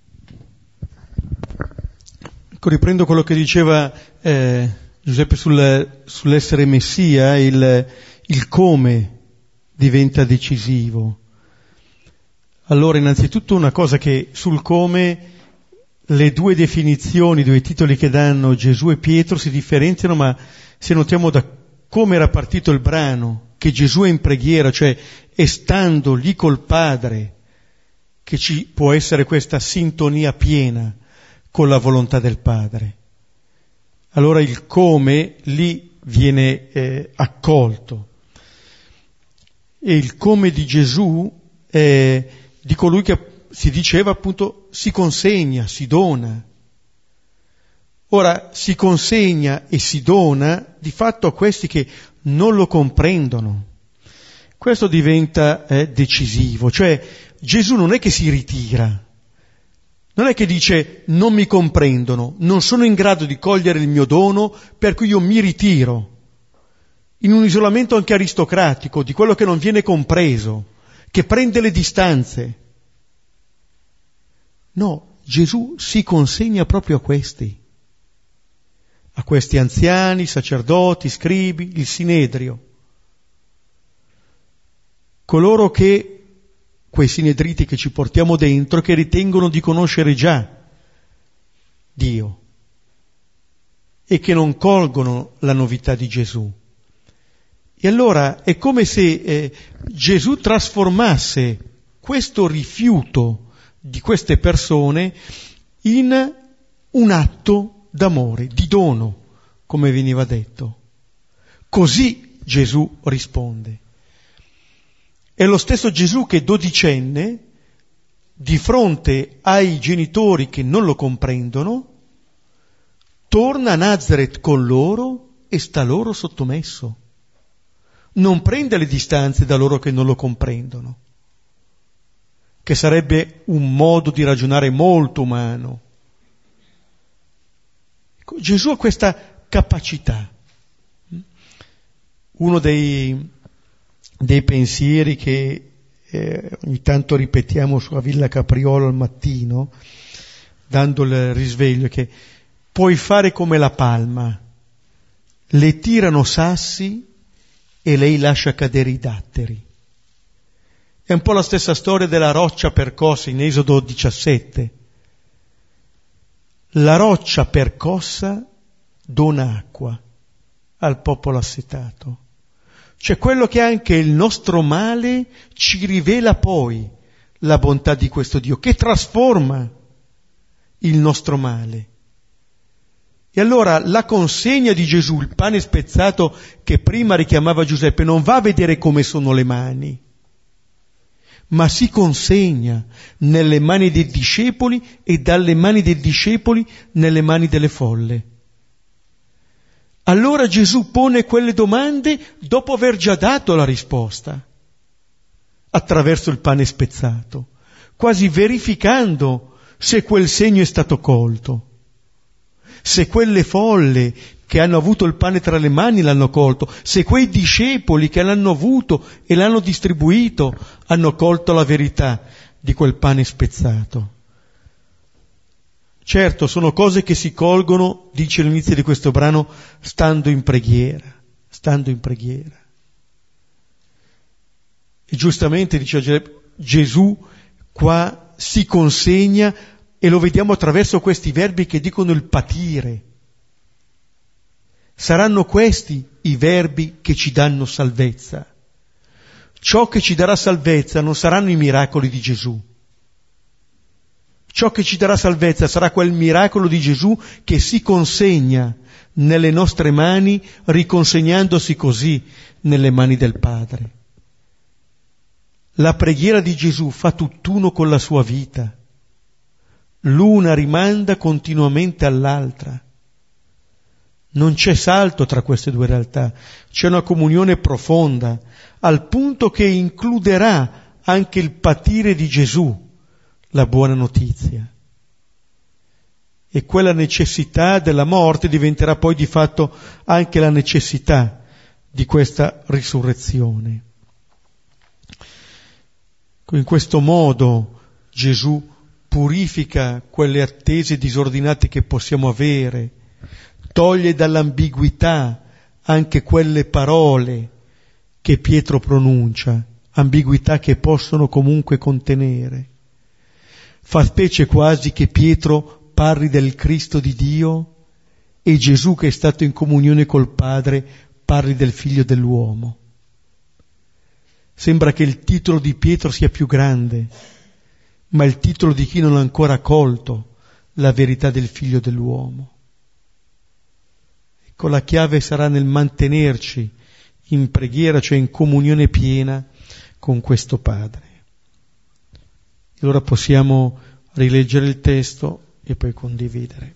Ecco, riprendo quello che diceva Giuseppe sull'essere Messia, il come diventa decisivo. Allora, innanzitutto una cosa che sul come le due definizioni, i due titoli che danno Gesù e Pietro si differenziano, ma se notiamo da come era partito il brano, che Gesù è in preghiera, cioè è stando lì col Padre, che ci può essere questa sintonia piena con la volontà del Padre. Allora il come lì viene accolto. E il come di Gesù è di colui che si diceva appunto si consegna, si dona. Ora si consegna e si dona di fatto a questi che non lo comprendono. Questo diventa decisivo, cioè Gesù non è che si ritira, non è che dice non mi comprendono, non sono in grado di cogliere il mio dono, per cui io mi ritiro, in un isolamento anche aristocratico, di quello che non viene compreso, che prende le distanze. No, Gesù si consegna proprio a questi anziani, sacerdoti, scribi, il Sinedrio, coloro che, quei sinedriti che ci portiamo dentro, che ritengono di conoscere già Dio e che non colgono la novità di Gesù. E allora è come se Gesù trasformasse questo rifiuto di queste persone in un atto d'amore, di dono, come veniva detto. Così Gesù risponde. È lo stesso Gesù che dodicenne, di fronte ai genitori che non lo comprendono, torna a Nazaret con loro e sta loro sottomesso. Non prende le distanze da loro che non lo comprendono, che sarebbe un modo di ragionare molto umano. Gesù ha questa capacità. Uno dei pensieri che ogni tanto ripetiamo sulla Villa Capriolo al mattino, dando il risveglio, che puoi fare come la palma, le tirano sassi e lei lascia cadere i datteri. È un po' la stessa storia della roccia percossa in Esodo 17. La roccia percossa dona acqua al popolo assetato. Cioè quello che anche il nostro male ci rivela poi la bontà di questo Dio, che trasforma il nostro male. E allora la consegna di Gesù, il pane spezzato che prima richiamava Giuseppe, non va a vedere come sono le mani, ma si consegna nelle mani dei discepoli e dalle mani dei discepoli nelle mani delle folle. Allora Gesù pone quelle domande dopo aver già dato la risposta. attraverso il pane spezzato, quasi verificando se quel segno è stato colto, se quelle folle che hanno avuto il pane tra le mani l'hanno colto, se quei discepoli che l'hanno avuto e l'hanno distribuito hanno colto la verità di quel pane spezzato. Certo, sono cose che si colgono, dice all'inizio di questo brano, stando in preghiera. E giustamente, dice Gesù, qua si consegna, e lo vediamo attraverso questi verbi che dicono il patire. Saranno questi i verbi che ci danno salvezza. Ciò che ci darà salvezza non saranno i miracoli di Gesù. Ciò che ci darà salvezza sarà quel miracolo di Gesù che si consegna nelle nostre mani, riconsegnandosi così nelle mani del Padre. La preghiera di Gesù fa tutt'uno con la sua vita. L'una rimanda continuamente all'altra. Non c'è salto tra queste due realtà, c'è una comunione profonda, al punto che includerà anche il patire di Gesù, la buona notizia. E quella necessità della morte diventerà poi di fatto anche la necessità di questa risurrezione. In questo modo Gesù purifica quelle attese disordinate che possiamo avere, toglie dall'ambiguità anche quelle parole che Pietro pronuncia, ambiguità che possono comunque contenere. Fa specie quasi che Pietro parli del Cristo di Dio e Gesù, che è stato in comunione col Padre, parli del Figlio dell'uomo. Sembra che il titolo di Pietro sia più grande, ma il titolo di chi non ha ancora colto la verità del Figlio dell'uomo. Ecco, la chiave sarà nel mantenerci in preghiera, cioè in comunione piena con questo Padre. E allora possiamo rileggere il testo e poi condividere.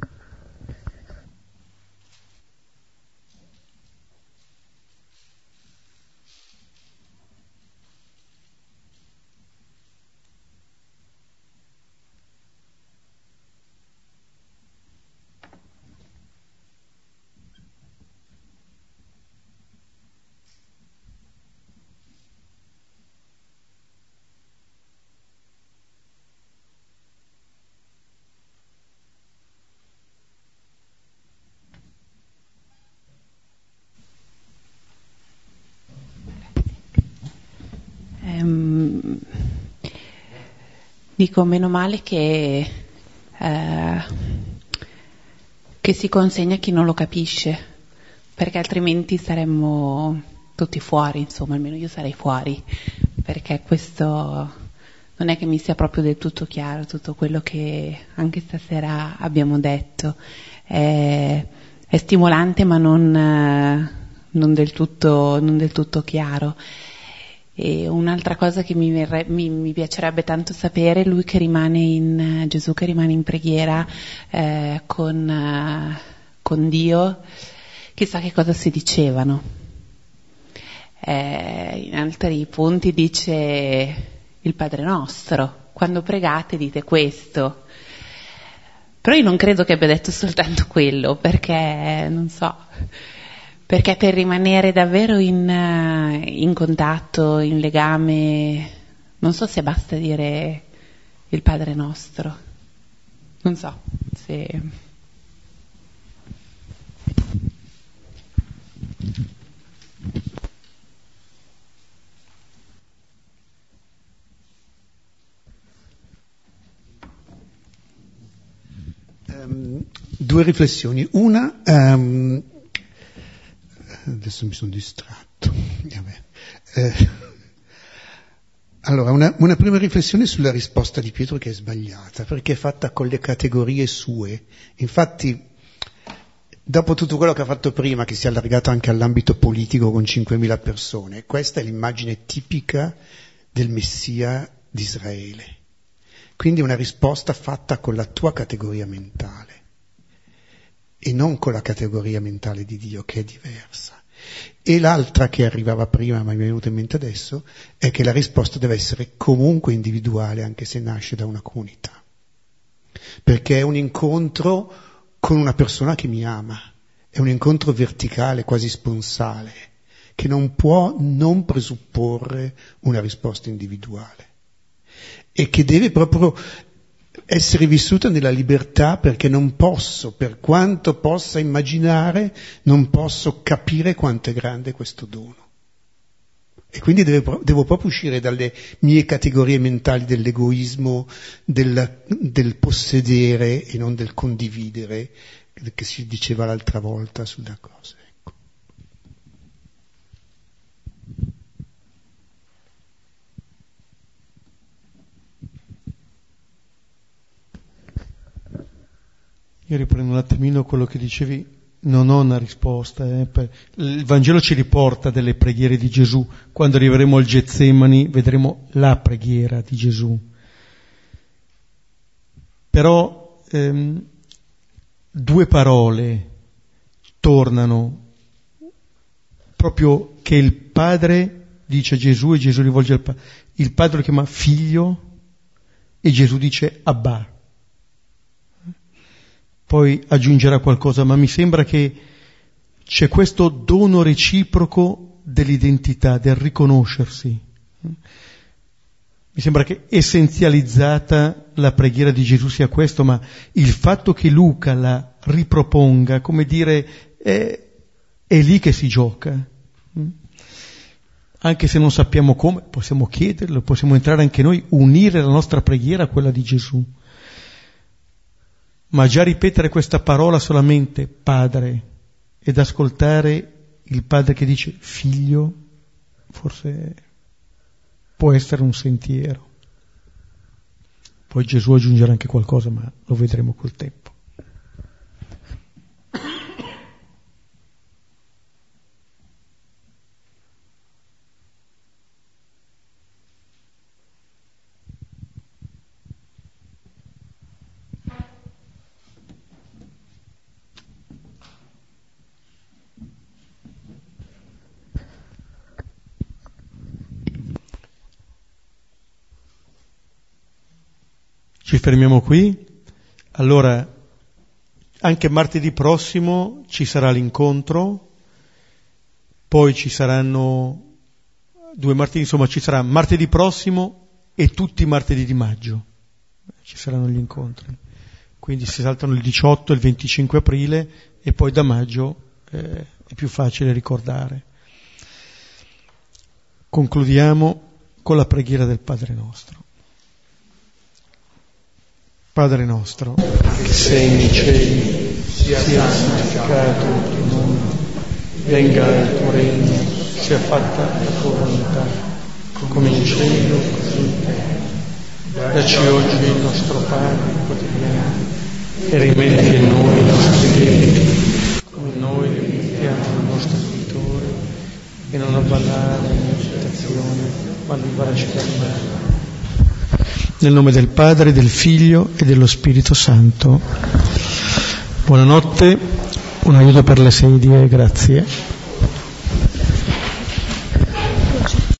Dico, meno male che si consegna a chi non lo capisce, perché altrimenti saremmo tutti fuori, insomma, almeno io sarei fuori, perché questo non è che mi sia proprio del tutto chiaro, tutto quello che anche stasera abbiamo detto. È stimolante, ma non del tutto chiaro. E un'altra cosa che mi piacerebbe tanto sapere, Gesù che rimane in preghiera con Dio, chissà che cosa si dicevano. In altri punti dice il Padre Nostro, quando pregate dite questo, però io non credo che abbia detto soltanto quello, perché non so. Perché per rimanere davvero in contatto, in legame, non so se basta dire il Padre Nostro. Non so se... Due riflessioni. Una... adesso mi sono distratto. Allora, una prima riflessione sulla risposta di Pietro, che è sbagliata, perché è fatta con le categorie sue. Infatti, dopo tutto quello che ha fatto prima, che si è allargato anche all'ambito politico con 5.000 persone, questa è l'immagine tipica del Messia di Israele. Quindi una risposta fatta con la tua categoria mentale e non con la categoria mentale di Dio, che è diversa. E l'altra che arrivava prima, ma mi è venuta in mente adesso, è che la risposta deve essere comunque individuale, anche se nasce da una comunità. Perché è un incontro con una persona che mi ama, è un incontro verticale, quasi sponsale, che non può non presupporre una risposta individuale e che deve proprio essere vissuta nella libertà, perché non posso, per quanto possa immaginare, non posso capire quanto è grande questo dono. E quindi devo proprio uscire dalle mie categorie mentali dell'egoismo, del possedere e non del condividere, che si diceva l'altra volta sulla cosa. Ecco. Io riprendo un attimino quello che dicevi, non ho una risposta. Il Vangelo ci riporta delle preghiere di Gesù. Quando arriveremo al Getsemani vedremo la preghiera di Gesù. Però due parole tornano, proprio che il Padre dice a Gesù e Gesù rivolge al Padre. Il Padre lo chiama figlio e Gesù dice Abba. Poi aggiungerà qualcosa, ma mi sembra che c'è questo dono reciproco dell'identità, del riconoscersi. Mi sembra che essenzializzata la preghiera di Gesù sia questo, ma il fatto che Luca la riproponga, come dire, è lì che si gioca. Anche se non sappiamo come, possiamo chiederlo, possiamo entrare anche noi, unire la nostra preghiera a quella di Gesù. Ma già ripetere questa parola solamente Padre ed ascoltare il Padre che dice Figlio, forse può essere un sentiero. Poi Gesù aggiungerà anche qualcosa, ma lo vedremo col tempo. Ci fermiamo qui. Allora, anche martedì prossimo ci sarà l'incontro, poi ci saranno 2 martedì, insomma ci sarà martedì prossimo e tutti i martedì di maggio. Ci saranno gli incontri. Quindi si saltano il 18 e il 25 aprile e poi da maggio è più facile ricordare. Concludiamo con la preghiera del Padre nostro. Padre nostro, che sei nei cieli, sia santificato il tuo nome, venga il tuo regno, sia fatta la tua volontà, come in cielo così in terra. Dacci oggi il nostro pane quotidiano e rimetti a noi i nostri debiti, come noi rimettiamo ai nostri debitori, e non abbandonare in tentazione, ma liberaci dal male. Nel nome del Padre, del Figlio e dello Spirito Santo. Buonanotte, un aiuto per le sedie, grazie.